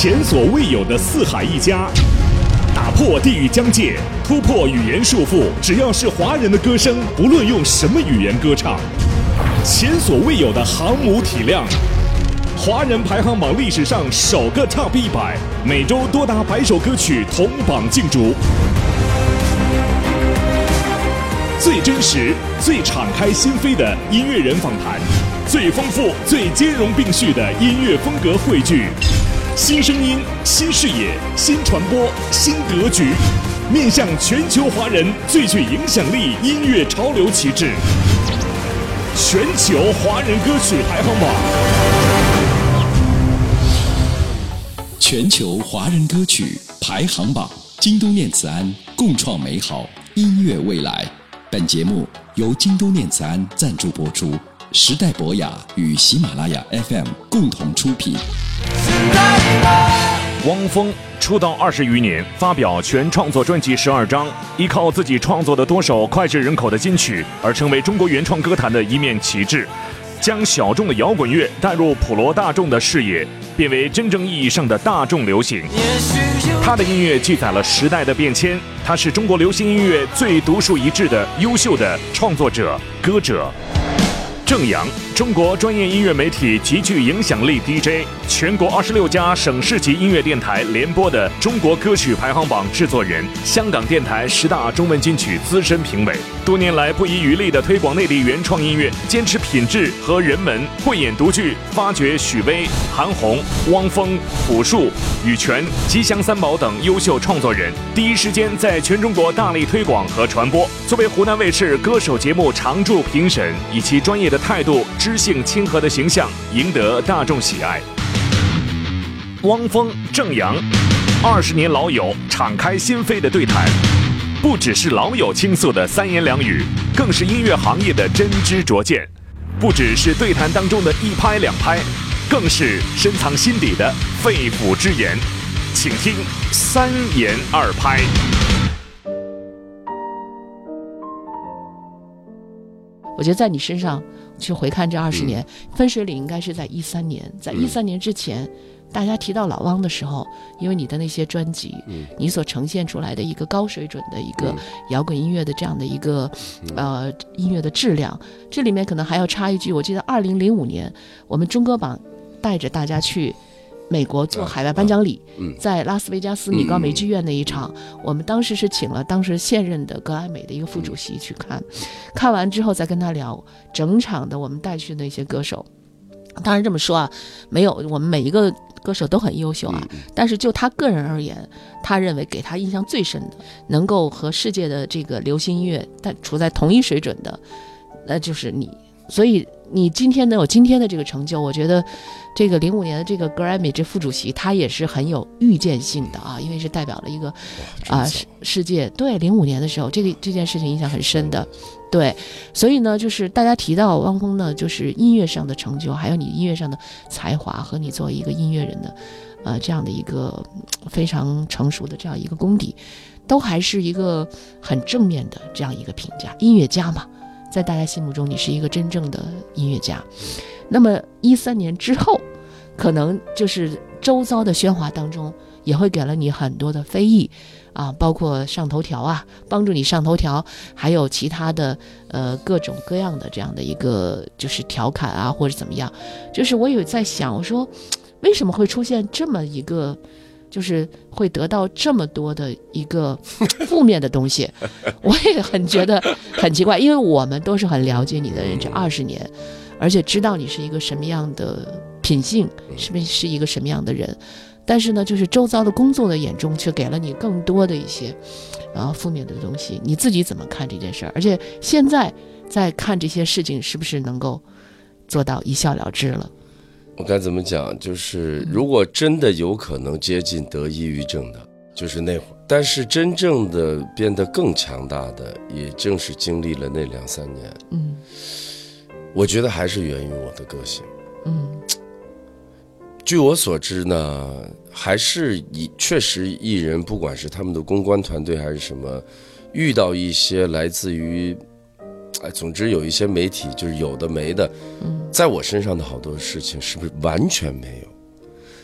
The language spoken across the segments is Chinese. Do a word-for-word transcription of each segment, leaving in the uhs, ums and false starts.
前所未有的四海一家，打破地域疆界，突破语言束缚，只要是华人的歌声，不论用什么语言歌唱。前所未有的航母体量，华人排行榜历史上首个 Top 一百，每周多达百首歌曲同榜竞逐。最真实、最敞开心扉的音乐人访谈，最丰富、最兼容并蓄的音乐风格汇聚，新声音、新视野、新传播、新格局，面向全球华人最具影响力音乐潮流旗帜——全球华人歌曲排行榜。 全球华人歌曲排行榜，京都念慈庵共创美好音乐未来。本节目由京都念慈庵赞助播出，时代博雅与喜马拉雅 F M 共同出品。 汪峰出道二十余年，发表全创作专辑十二张，依靠自己创作的多首脍炙人口的金曲，而成为中国原创歌坛的一面旗帜，将小众的摇滚乐带入普罗大众的视野，变为真正意义上的大众流行。他的音乐记载了时代的变迁，他是中国流行音乐最独树一帜的优秀的创作者、歌者。郑阳，中国专业音乐媒体极具影响力 D J， 全国二十六家省市级音乐电台联播的中国歌曲排行榜制作人，香港电台十大中文金曲资深评委，多年来不遗余力地推广内地原创音乐，坚持品质和人文，慧眼独具，发掘许巍、韩红、汪峰、朴树、羽泉、吉祥三宝等优秀创作人，第一时间在全中国大力推广和传播。作为湖南卫视歌手节目常驻评审，以其专业的态度、知性亲和的形象，赢得大众喜爱。汪峰、郑阳，二十年老友，敞开心扉的对谈，不只是老友倾诉的三言两语，更是音乐行业的真知灼见；不只是对谈当中的一拍两拍，更是深藏心底的肺腑之言。请听三言二拍。 我觉得在你身上去回看这二十年，嗯、分水岭应该是在一三年，在一三年之前，嗯、大家提到老汪的时候，因为你的那些专辑，嗯、你所呈现出来的一个高水准的一个摇滚音乐的这样的一个、嗯、呃音乐的质量，这里面可能还要插一句，我记得二零零五年我们中歌榜带着大家去美国做海外颁奖礼，啊嗯、在拉斯维加斯米高美剧院那一场，嗯、我们当时是请了当时现任的格莱美的一个副主席去看，嗯、看完之后再跟他聊整场的我们带去的那些歌手。当然这么说啊，没有我们每一个歌手都很优秀啊，嗯、但是就他个人而言，他认为给他印象最深的，能够和世界的这个流行音乐但处在同一水准的，那就是你。所以你今天能有今天的这个成就，我觉得这个零五年的这个格莱美这副主席他也是很有预见性的啊，因为是代表了一个啊、呃、世界。对，零五年的时候，这个这件事情印象很深的。对，所以呢，就是大家提到汪峰呢，就是音乐上的成就，还有你音乐上的才华和你作为一个音乐人的呃这样的一个非常成熟的这样一个功底，都还是一个很正面的这样一个评价。音乐家嘛，在大家心目中你是一个真正的音乐家。那么一三年之后，可能就是周遭的喧哗当中也会给了你很多的非议啊，包括上头条啊，帮助你上头条，还有其他的呃各种各样的这样的一个就是调侃啊或者怎么样。就是我有在想，我说为什么会出现这么一个就是会得到这么多的一个负面的东西，我也很觉得很奇怪，因为我们都是很了解你的人，这二十年，而且知道你是一个什么样的品性，是不是一个什么样的人，但是呢，就是周遭的工作的眼中却给了你更多的一些呃负面的东西。你自己怎么看这件事儿？而且现在在看这些事情，是不是能够做到一笑了之了？ 我该怎么讲，就是如果真的有可能接近得抑郁症的，就是那会儿，但是真正的变得更强大的，也正是经历了那两三年。嗯，我觉得还是源于我的个性。嗯，据我所知呢，还是以确实艺人，不管是他们的公关团队还是什么，遇到一些来自于哎，总之有一些媒体就是有的没的，在我身上的好多事情是不是完全没有？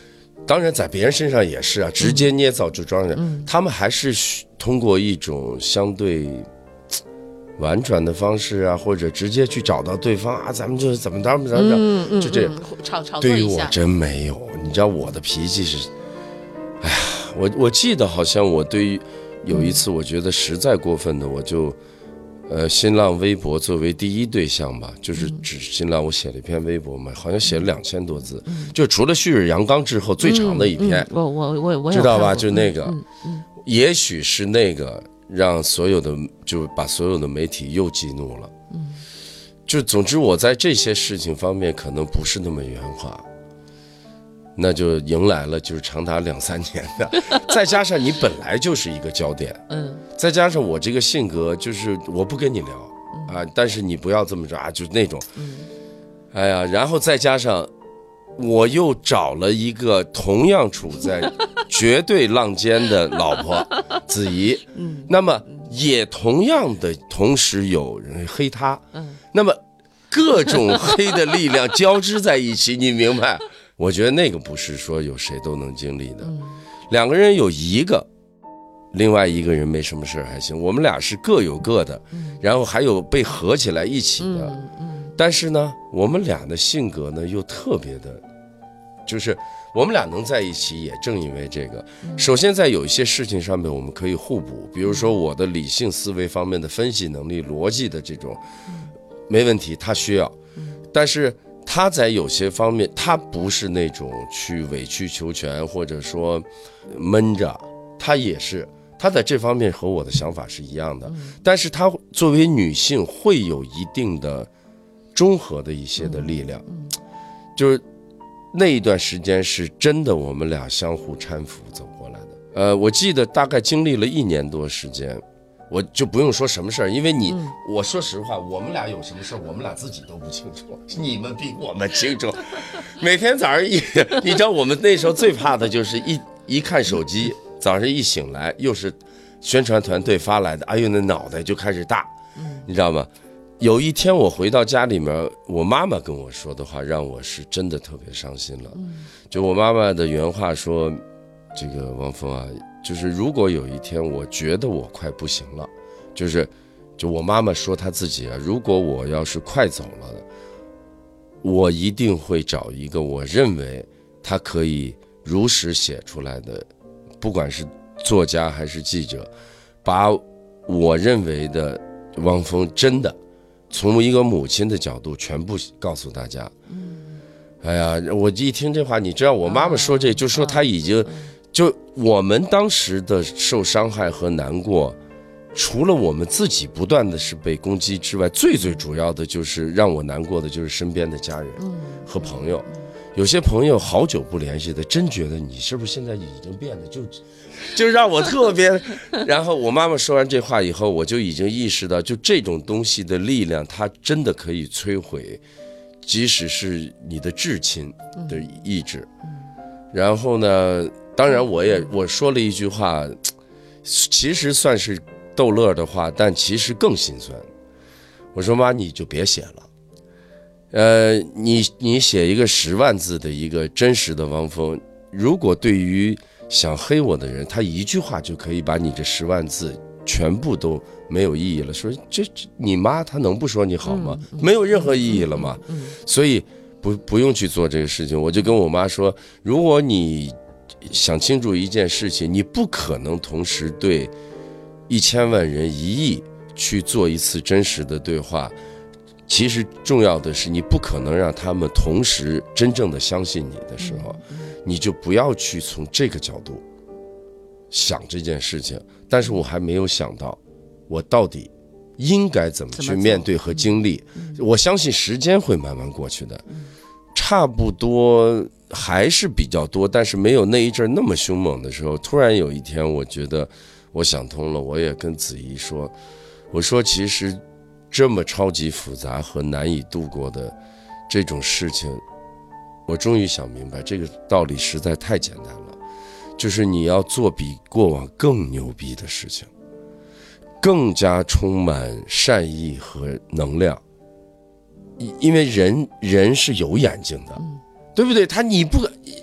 当然在别人身上也是啊，直接捏造就装上，嗯、他们还是通过一种相对婉转的方式啊，或者直接去找到对方啊，咱们就怎么着怎么着，嗯嗯、就这样， 炒炒作对于我真没有，你知道我的脾气是，哎呀，我我记得好像我对于有一次我觉得实在过分的，我就。呃，新浪微博作为第一对象吧，就是指新浪，我写了一篇微博嘛，好像写了两千多字，嗯、就除了旭日阳刚之后最长的一篇， 嗯嗯、我我我我知道吧？就那个， 嗯嗯、 也许是那个让所有的就把所有的媒体又激怒了，嗯，就总之我在这些事情方面可能不是那么圆滑。那就迎来了就是长达两三年的，再加上你本来就是一个焦点，嗯，再加上我这个性格就是我不跟你聊、嗯、啊，但是你不要这么着啊，就那种，嗯，哎呀，然后再加上我又找了一个同样处在绝对浪尖的老婆子怡，嗯，那么也同样的同时有人黑他，嗯，那么各种黑的力量交织在一起，你明白？我觉得那个不是说有谁都能经历的，嗯、两个人有一个，另外一个人没什么事还行，我们俩是各有各的，嗯、然后还有被合起来一起的，嗯嗯、但是呢，我们俩的性格呢又特别的，就是我们俩能在一起，也正因为这个。嗯、首先在有一些事情上面我们可以互补，比如说我的理性思维方面的分析能力、逻辑的这种，没问题，他需要，但是。他在有些方面，他不是那种去委曲求全或者说闷着，他也是他在这方面和我的想法是一样的，但是他作为女性会有一定的中和的一些的力量，就是那一段时间是真的我们俩相互搀扶走过来的。呃，我记得大概经历了一年多时间。我就不用说什么事儿，因为你，嗯、我说实话，我们俩有什么事儿，我们俩自己都不清楚，你们比我们清楚。每天早上一，你知道我们那时候最怕的就是一一看手机，早上一醒来又是宣传团队发来的，哎呦那脑袋就开始大，你知道吗？有一天我回到家里面，我妈妈跟我说的话让我是真的特别伤心了。就我妈妈的原话说，这个王峰啊。就是如果有一天我觉得我快不行了，就是就我妈妈说她自己啊，如果我要是快走了，我一定会找一个我认为他可以如实写出来的，不管是作家还是记者，把我认为的汪峰真的从一个母亲的角度全部告诉大家。哎呀，我一听这话，你知道我妈妈说这就说她已经就我们当时的受伤害和难过，除了我们自己不断的是被攻击之外，最最主要的就是让我难过的就是身边的家人和朋友。有些朋友好久不联系的，真觉得你是不是现在已经变得就就让我特别。然后我妈妈说完这话以后，我就已经意识到，就这种东西的力量，它真的可以摧毁即使是你的至亲的意志。然后呢，当然我也我说了一句话，其实算是逗乐的话，但其实更心酸。我说妈，你就别写了，呃，你你写一个十万字的一个真实的汪峰，如果对于想黑我的人，他一句话就可以把你这十万字全部都没有意义了。说这你妈她能不说你好吗？没有任何意义了嘛。所以不不用去做这个事情。我就跟我妈说，如果你想清楚一件事情，你不可能同时对一千万人一亿去做一次真实的对话。其实重要的是，你不可能让他们同时真正的相信你的时候，你就不要去从这个角度想这件事情。但是我还没有想到，我到底应该怎么去面对和经历。我相信时间会慢慢过去的，差不多还是比较多，但是没有那一阵那么凶猛的时候。突然有一天，我觉得我想通了，我也跟子怡说，我说其实这么超级复杂和难以度过的这种事情，我终于想明白，这个道理实在太简单了，就是你要做比过往更牛逼的事情，更加充满善意和能量。因为人人是有眼睛的，对不对？他你不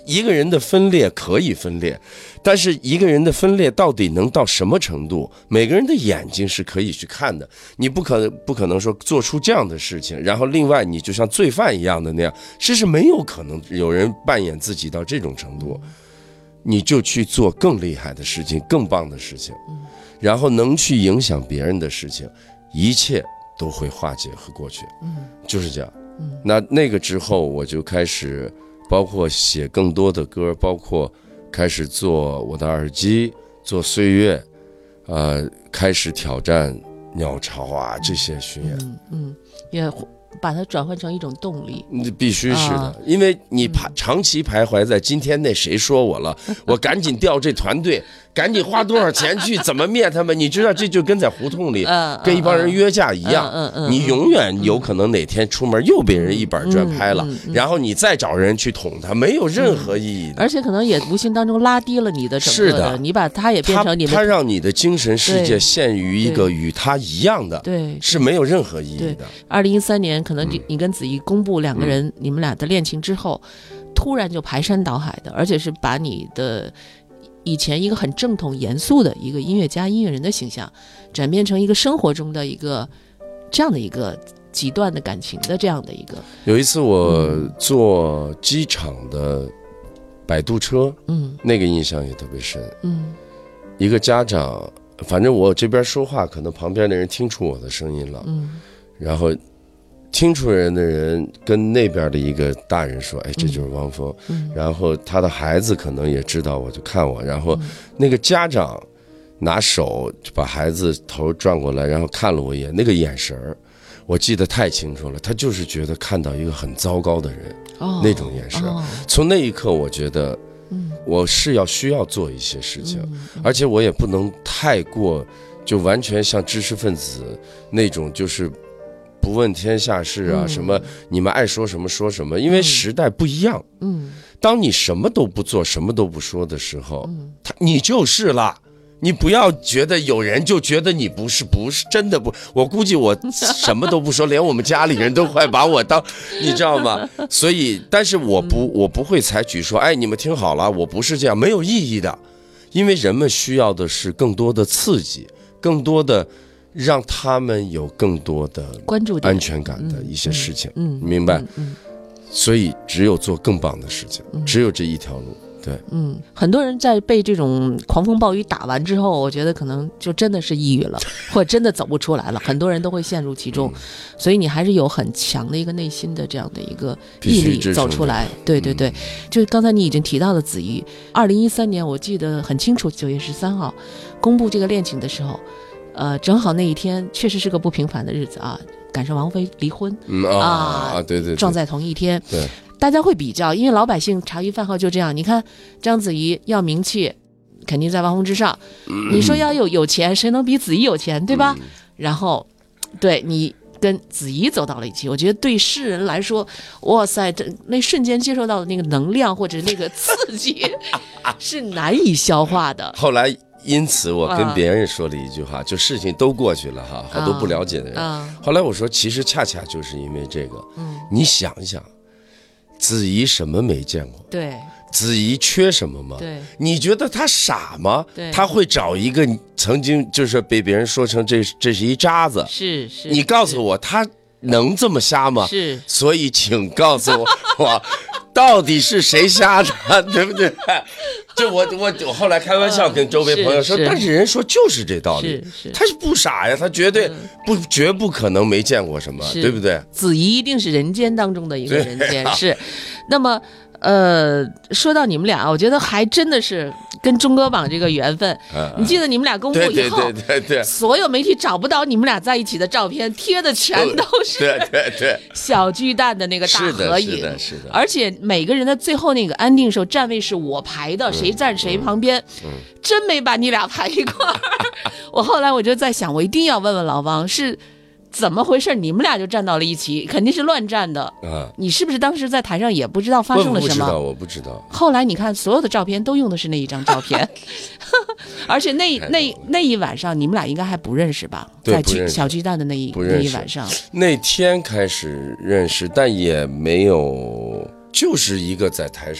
一个人的分裂可以分裂，但是一个人的分裂到底能到什么程度？每个人的眼睛是可以去看的，你不可不可能说做出这样的事情，然后另外你就像罪犯一样的那样，这是没有可能有人扮演自己到这种程度。你就去做更厉害的事情，更棒的事情，然后能去影响别人的事情，一切都会化解和过去。就是这样。那那个之后，我就开始包括写更多的歌，包括开始做我的耳机，做岁月，呃，开始挑战鸟巢啊这些巡演。 嗯嗯，也把它转换成一种动力。 必须是的，啊、因为你排长期徘徊在今天那谁说我了，我赶紧调这团队，赶紧花多少钱去怎么灭他们？你知道，这就跟在胡同里、嗯、跟一帮人约架一样，嗯嗯嗯、你永远有可能哪天出门又被人一板砖拍了，嗯嗯嗯、然后你再找人去捅他，没有任何意义的、嗯。 而且可能也无形当中拉低了你的整个的， 是的， 你把他也变成你们， 他让你的精神世界陷于一个与他一样的， 对， 是没有任何意义的。 二零一三年，可能你你跟子怡公布两个人、嗯、你们俩的恋情之后，突然就排山倒海的，而且是把你的以前一个很正统严肃的一个音乐家音乐人的形象转变成一个生活中的一个这样的一个极端的感情的这样的一个。 有一次我坐机场的摆渡车，嗯，那个印象也特别深。嗯，一个家长，反正我这边说话可能旁边的人听出我的声音了，嗯，然后听出人的人跟那边的一个大人说，哎，这就是汪峰、嗯、然后他的孩子可能也知道，我就看我，然后那个家长拿手就把孩子头转过来，然后看了我一眼，那个眼神我记得太清楚了，他就是觉得看到一个很糟糕的人、哦、那种眼神、哦、从那一刻我觉得我是要需要做一些事情、嗯、而且我也不能太过就完全像知识分子那种就是不问天下事啊、嗯、什么你们爱说什么说什么，因为时代不一样。嗯，当你什么都不做什么都不说的时候、嗯、他你就是了，你不要觉得有人就觉得你不是不是真的不，我估计我什么都不说连我们家里人都快把我当你知道吗？所以但是我不我不会采取说哎你们听好了我不是这样，没有意义的，因为人们需要的是更多的刺激，更多的让他们有更多的关注安全感的一些事情，嗯，明白？嗯，嗯所以只有做更棒的事情，嗯、只有这一条路。对， 嗯，很多人在被这种狂风暴雨打完之后，我觉得可能就真的是抑郁了，或者真的走不出来了，很多人都会陷入其中，嗯、所以你还是有很强的一个内心的这样的一个毅力走出来。对对对，嗯、就刚才你已经提到的子怡，二零一三年我记得很清楚，九月十三号公布这个恋情的时候。呃，正好那一天确实是个不平凡的日子啊，赶上王菲离婚、嗯、啊, 啊，对 对, 对，撞在同一天。对，大家会比较，因为老百姓茶余饭后就这样。你看章子怡要名气，肯定在汪峰之上。嗯、你说要有有钱，谁能比子怡有钱，对吧？嗯、然后，对你跟子怡走到了一起，我觉得对世人来说，哇塞，这那瞬间接受到的那个能量或者那个刺激，是难以消化的。 后来。因此我跟别人说了一句话、啊、就事情都过去了哈，好多不了解的人、啊、后来我说其实恰恰就是因为这个、嗯、你想一想子怡什么没见过，对，子怡缺什么吗？对，你觉得他傻吗？对，他会找一个曾经就是被别人说成这这是一渣子，是是，你告诉我他能这么瞎吗？是，所以请告诉我我到底是谁瞎的，对不对？就我我我后来开玩笑跟周围朋友说，是是但是人说就是这道理，是是他是不傻呀，他绝对不、嗯、绝不可能没见过什么，对不对？ 子怡一定是人间当中的一个人间，是。那么呃，说到你们俩，我觉得还真的是跟钟歌榜这个缘分。嗯、你记得你们俩公布以后，对对对对对，所有媒体找不到你们俩在一起的照片，贴的全都是对对对小巨蛋的那个大合影，是的，是的，是的。而且每个人的最后那个安定时候站位是我排的，嗯、谁站谁旁边，嗯嗯、真没把你俩排一块儿。我后来我就在想，我一定要问问老王是。怎么回事？你们俩就站到了一起，肯定是乱站的。啊，你是不是当时在台上也不知道发生了什么？ 我不知道，我不知道。 后来你看，所有的照片都用的是那一张照片，而且那那那一晚上，你们俩应该还不认识吧？在小巨蛋的那一那一晚上， 那天开始认识，但也没有，就是一个在台上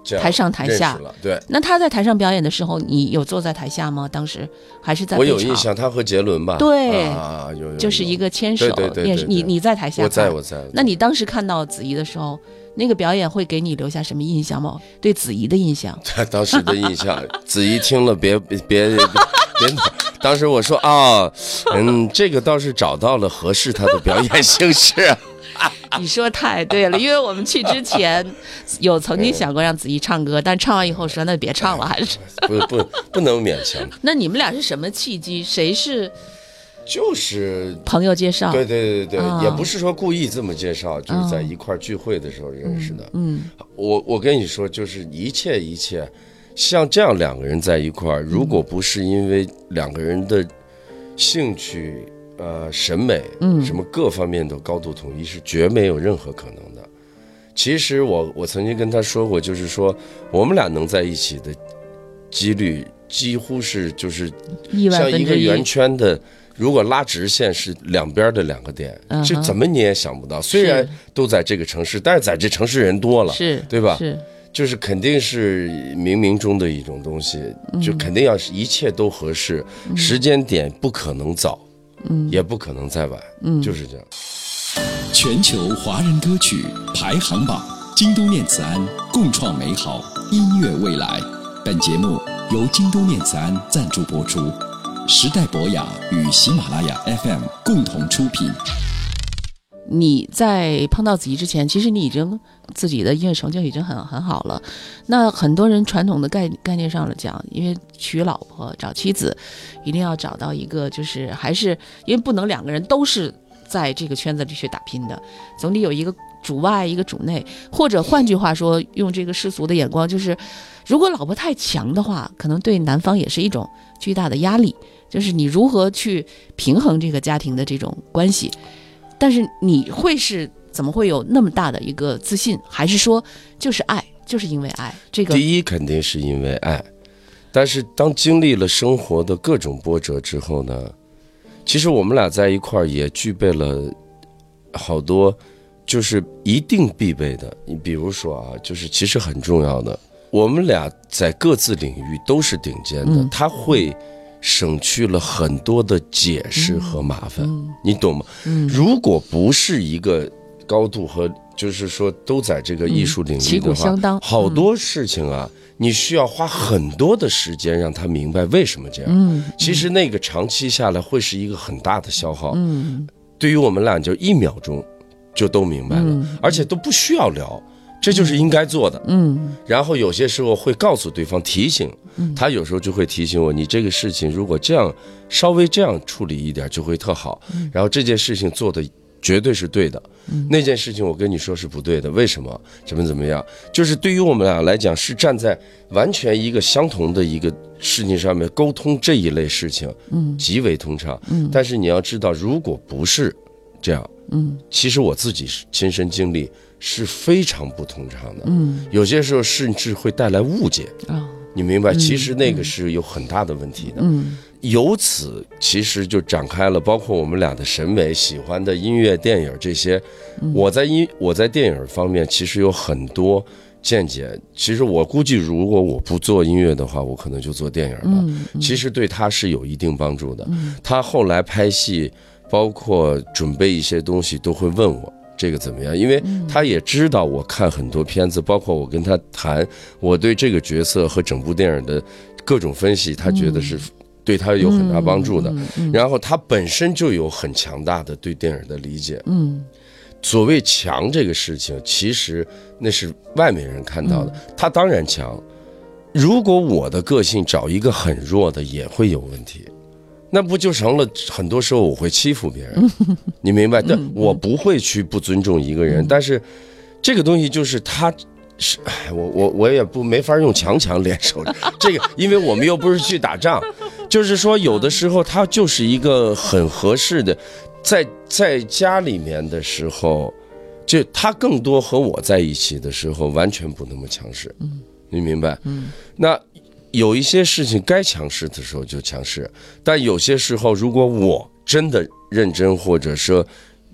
台上台下。 对， 那他在台上表演的时候，你有坐在台下吗？当时还是在？ 我有印象，他和杰伦吧？ 对啊，有有有就是一个牵手。 对对 对, 对, 对, 对， 你你在台下看？ 我在我在。 那你当时看到子怡的时候，那个表演会给你留下什么印象吗？对子怡的印象？ 当时的印象，子怡听了别别别别。当时我说啊，嗯，这个倒是找到了合适他的表演形式。 你说太对了，因为我们去之前有曾经想过让子怡唱歌，但唱完以后说那别唱了，还是不不不能勉强。 那你们俩是什么契机？谁是？ 就是朋友介绍。 对对对对、 哦、 也不是说故意这么介绍，就是在一块聚会的时候认识的。 嗯， 嗯我我跟你说，就是一切一切。像这样两个人在一块儿，如果不是因为两个人的兴趣、呃审美、嗯，什么各方面都高度统一，是绝没有任何可能的。其实我我曾经跟他说过，就是说我们俩能在一起的几率几乎是就是像一个圆圈的，如果拉直线是两边的两个点，这、uh-huh, 怎么你也想不到。虽然都在这个城市，但是在这城市人多了， 是， 对吧？ 是。 就是肯定是冥冥中的一种东西，就肯定要是一切都合适，嗯、时间点不可能早，嗯，也不可能再晚，嗯，就是这样。 全球华人歌曲排行榜，京都念慈庵共创美好音乐未来。本节目由京都念慈庵赞助播出，时代博雅与喜马拉雅 F M 共同出品。 你在碰到子怡之前，其实你已经自己的音乐成就已经很很好了。那很多人传统的概概念上来讲，因为娶老婆找妻子，一定要找到一个就是还是因为不能两个人都是在这个圈子里去打拼的，总得有一个主外一个主内，或者换句话说，用这个世俗的眼光，就是如果老婆太强的话，可能对男方也是一种巨大的压力，就是你如何去平衡这个家庭的这种关系。但是你会是怎么会有那么大的一个自信？还是说就是爱，就是因为爱？这个第一肯定是因为爱，但是当经历了生活的各种波折之后呢，其实我们俩在一块儿也具备了好多就是一定必备的。你比如说啊，就是其实很重要的，我们俩在各自领域都是顶尖的，嗯、他会省去了很多的解释和麻烦，嗯、你懂吗？嗯、如果不是一个高度和就是说都在这个艺术领域的话， 嗯、 好多事情啊，嗯、你需要花很多的时间让他明白为什么这样。嗯、其实那个长期下来会是一个很大的消耗。嗯、对于我们俩就一秒钟就都明白了，嗯、而且都不需要聊。这就是应该做的，嗯，然后有些时候会告诉对方提醒，嗯，他有时候就会提醒我，你这个事情如果这样稍微这样处理一点就会特好，嗯，然后这件事情做的绝对是对的，嗯，那件事情我跟你说是不对的，为什么？怎么怎么样？就是对于我们俩来讲是站在完全一个相同的一个事情上面沟通这一类事情，嗯，极为通畅，嗯，但是你要知道，如果不是这样，嗯，其实我自己亲身经历。是非常不通畅的，嗯，有些时候甚至会带来误解，哦，你明白？其实那个是有很大的问题的，嗯，由此其实就展开了，包括我们俩的审美、喜欢的音乐、电影这些。嗯、我在音我在电影方面其实有很多见解。其实我估计，如果我不做音乐的话，我可能就做电影了。嗯嗯、其实对他是有一定帮助的。嗯、他后来拍戏，包括准备一些东西，都会问我。这个怎么样？因为他也知道我看很多片子，包括我跟他谈我对这个角色和整部电影的各种分析，他觉得是对他有很大帮助的。然后他本身就有很强大的对电影的理解。嗯，所谓强这个事情，其实那是外面人看到的，他当然强。如果我的个性找一个很弱的，也会有问题。那不就成了很多时候我会欺负别人，你明白？但我不会去不尊重一个人，但是这个东西就是他是，我我我也不没法用强强联手这个，因为我们又不是去打仗，就是说有的时候他就是一个很合适的，在在家里面的时候，就他更多和我在一起的时候完全不那么强势，你明白？嗯，那。有一些事情该强势的时候就强势，但有些时候如果我真的认真或者说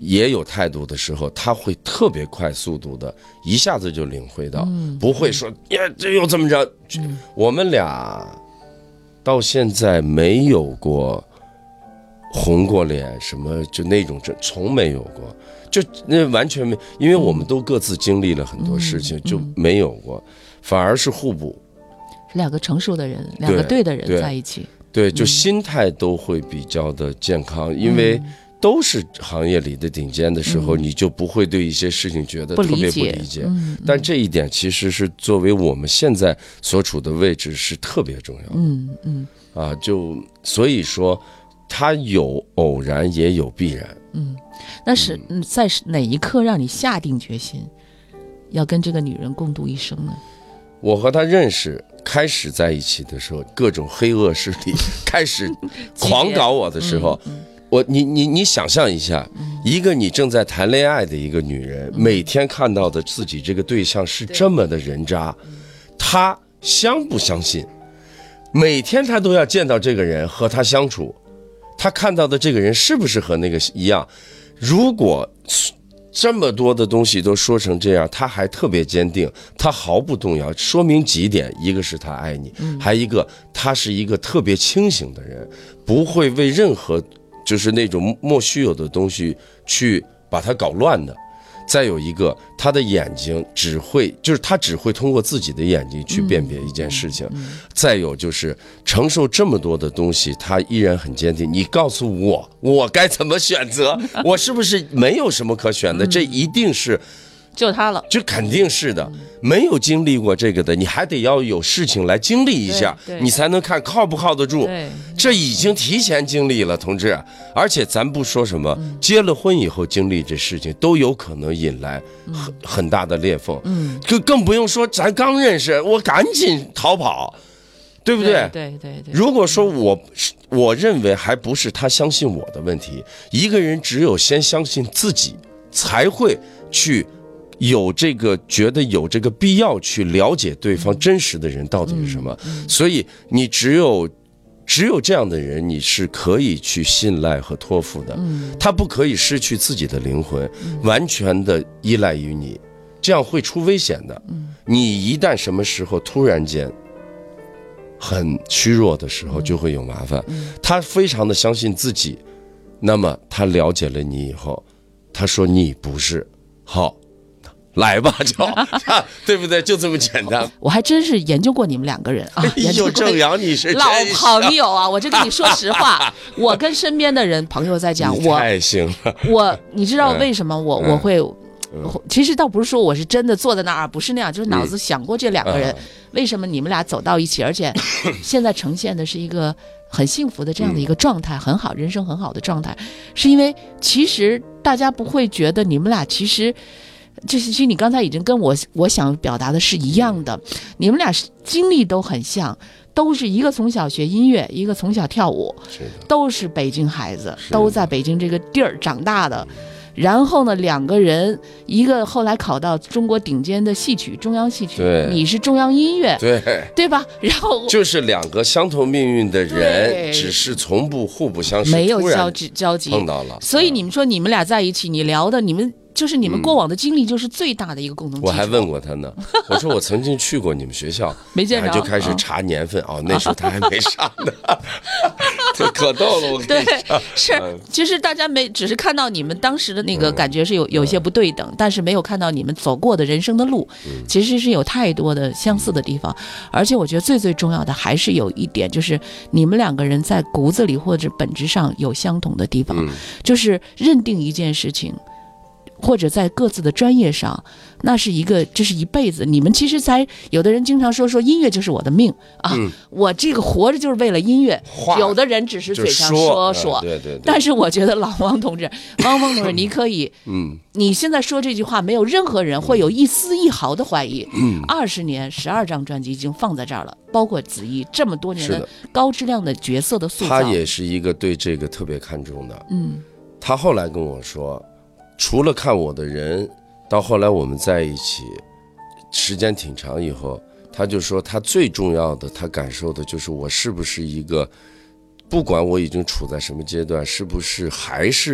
也有态度的时候，他会特别快速度的一下子就领会到，嗯、不会说呀这又这么着、嗯。我们俩到现在没有过红过脸，什么就那种这从没有过，就那完全没，因为我们都各自经历了很多事情，嗯、就没有过，反而是互补， 两个成熟的人，两个对的人在一起， 对，对就心态都会比较的健康，嗯、因为。都是行业里的顶尖的时候、嗯、你就不会对一些事情觉得特别不理解、嗯、但这一点其实是作为我们现在所处的位置是特别重要的。嗯嗯啊，就所以说它有偶然也有必然。 嗯，那是在哪一刻让你下定决心要跟这个女人共度一生呢？ 我和她认识开始在一起的时候，各种黑恶势力开始狂搞我的时候、嗯嗯我你你你想象一下，一个你正在谈恋爱的一个女人，每天看到的自己这个对象是这么的人渣，她相不相信？每天她都要见到这个人和他相处，她看到的这个人是不是和那个一样？如果这么多的东西都说成这样，她还特别坚定，她毫不动摇，说明几点：一个是她爱你，还一个她是一个特别清醒的人，不会为任何。就是那种莫须有的东西去把它搞乱的。再有一个，他的眼睛只会，就是他只会通过自己的眼睛去辨别一件事情。嗯嗯、再有就是承受这么多的东西，他依然很坚定。你告诉我，我该怎么选择？我是不是没有什么可选的？这一定是。 就他了， 就肯定是的。没有经历过这个的，你还得要有事情来经历一下，你才能看靠不靠得住。这已经提前经历了，同志。而且咱不说什么，嗯、结了婚以后经历这事情，都有可能引来很、嗯、很大的裂缝。嗯，更更不用说咱刚认识，我赶紧逃跑，对不对？ 对对 对, 对。 如果说我我认为还不是他相信我的问题，一个人只有先相信自己，才会去。有这个觉得有这个必要去了解对方真实的人到底是什么，嗯嗯、所以你只有只有这样的人，你是可以去信赖和托付的。嗯、他不可以失去自己的灵魂，嗯、完全的依赖于你，这样会出危险的。嗯、你一旦什么时候突然间很虚弱的时候，就会有麻烦。嗯、他非常的相信自己，那么他了解了你以后，他说你不是好。来吧，就对不对？就这么简单。 我还真是研究过你们两个人啊， 哎呦，正阳你是老朋友啊！我就跟你说实话，我跟身边的人朋友在讲，我太行了。 我你知道为什么我、嗯、我会？其实倒不是说我是真的坐在那儿，不是那样，就是脑子想过这两个人，嗯、为什么你们俩走到一起，而且现在呈现的是一个很幸福的这样的一个状态，嗯、很好，人生很好的状态，是因为其实大家不会觉得你们俩其实。就是其实你刚才已经跟我我想表达的是一样的，你们俩经历都很像，都是一个从小学音乐，一个从小跳舞，都是北京孩子，都在北京这个地儿长大的。然后呢，两个人，一个后来考到中国顶尖的戏曲中央戏曲，你是中央音乐， 对对吧？然后就是两个相同命运的人，只是从不互不相识， 没有交集交集碰到了。 所以你们说你们俩在一起，你聊的你们。就是你们过往的经历，就是最大的一个共同基础。 我还问过他呢，我说我曾经去过你们学校， 没见着， 就开始查年份。哦，那时候他还没上呢，这可逗了。我跟你说，对，是，其实大家没只是看到你们当时的那个感觉是有有些不对等，但是没有看到你们走过的人生的路，其实是有太多的相似的地方。而且我觉得最最重要的还是有一点，就是你们两个人在骨子里或者本质上有相同的地方，就是认定一件事情。或者在各自的专业上，那是一个，这是一辈子。你们其实才有的人经常说说音乐就是我的命啊，嗯、我这个活着就是为了音乐。有的人只是嘴上说说， 嗯、对对对。 但是我觉得老王同志，汪峰同志，你可以，嗯，你现在说这句话，没有任何人会有一丝一毫的怀疑。嗯，二十年，十二张专辑已经放在这儿了，包括子怡这么多年的高质量的角色的塑造， 他也是一个对这个特别看重的。嗯，他后来跟我说。除了看我的人，到后来我们在一起时间挺长以后，他就说他最重要的他感受的就是我是不是一个，不管我已经处在什么阶段，是不是还是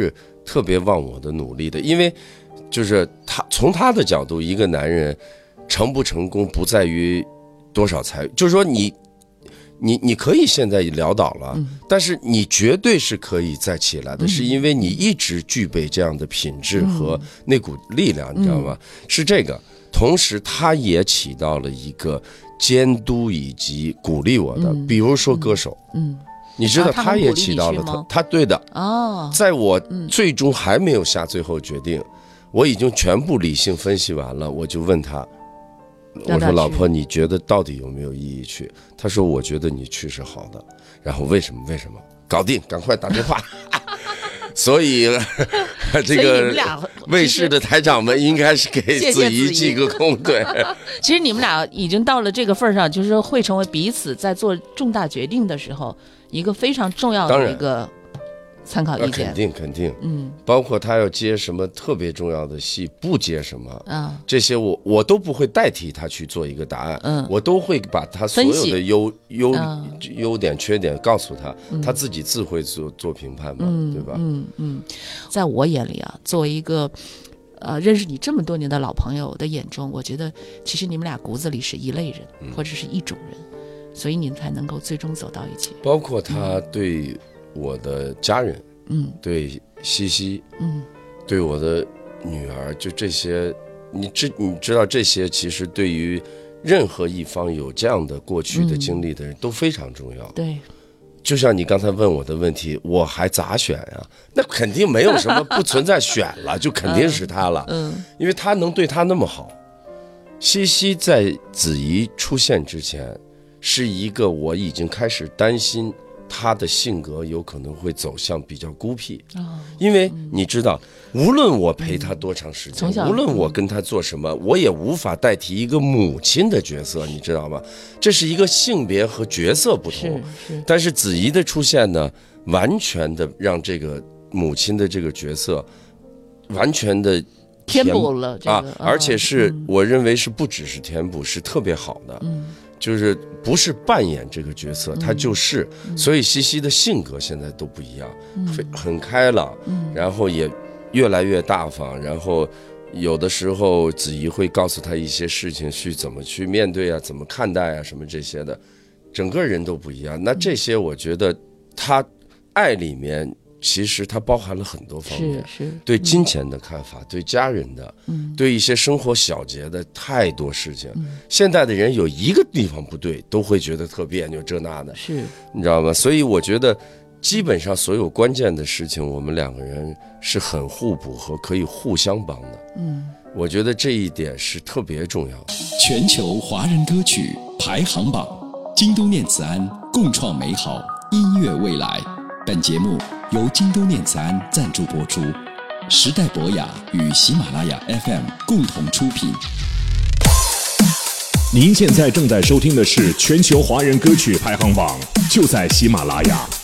特别忘我的努力的，因为就是他从他的角度，一个男人成不成功不在于多少财，就是说你你你可以现在潦倒了、嗯，但是你绝对是可以再起来的，嗯、是因为你一直具备这样的品质和那股力量，嗯、你知道吗？是这个。同时，他也起到了一个监督以及鼓励我的，嗯、比如说歌手，嗯。嗯你知道，他也起到了他，他对的哦。在我最终还没有下最后决定，我已经全部理性分析完了，我就问他，我说老婆，你觉得到底有没有意义去？他说，我觉得你去是好的。然后为什么？为什么？搞定，赶快打电话。所以，这个卫视的台长们应该是给子怡记个功，对。 其实你们俩已经到了这个份上，就是会成为彼此在做重大决定的时候一个非常重要的一个参考意见。 肯定肯定，嗯，包括他要接什么特别重要的戏，不接什么啊，这些我我都不会代替他去做一个答案，嗯，我都会把他所有的优优优点缺点告诉他，嗯、他自己自会做做评判嘛，嗯、对吧？ 嗯嗯，在我眼里啊，作为一个呃认识你这么多年的老朋友的眼中，我觉得其实你们俩骨子里是一类人，嗯、或者是一种人，所以你们才能够最终走到一起。 包括他对我的家人，嗯，对西西，嗯，对我的女儿，就这些，你知你知道这些，其实对于任何一方有这样的过去的经历的人、嗯、都非常重要。 对， 就像你刚才问我的问题，我还咋选呀？那肯定没有什么不存在选了，就肯定是他了。嗯，因为他能对他那么好。西西在子怡出现之前，是一个我已经开始担心他的性格有可能会走向比较孤僻，哦、因为你知道，无论我陪他多长时间，嗯、无论我跟他做什么，我也无法代替一个母亲的角色，你知道吗？这是一个性别和角色不同。是是。但是子怡的出现呢，完全的让这个母亲的这个角色，完全的填补了这个啊， 而且是、嗯、我认为是不只是填补，是特别好的。嗯。就是不是扮演这个角色，他就是，嗯、所以西西的性格现在都不一样，嗯、很开朗，嗯、然后也越来越大方，然后有的时候子怡会告诉他一些事情去怎么去面对啊，怎么看待啊，什么这些的，整个人都不一样。那这些我觉得他爱里面其实它包含了很多方面， 是是对金钱的看法，嗯、对家人的，嗯，对一些生活小节的太多事情。嗯、现在的人有一个地方不对，都会觉得特别扭，这那的， 是， 你知道吗？所以我觉得，基本上所有关键的事情，我们两个人是很互补和可以互相帮的。嗯，我觉得这一点是特别重要的。 全球华人歌曲排行榜，京都念慈庵共创美好音乐未来。本节目由京都念慈庵赞助播出，时代博雅与喜马拉雅 F M 共同出品。 您现在正在收听的是全球华人歌曲排行榜，就在喜马拉雅。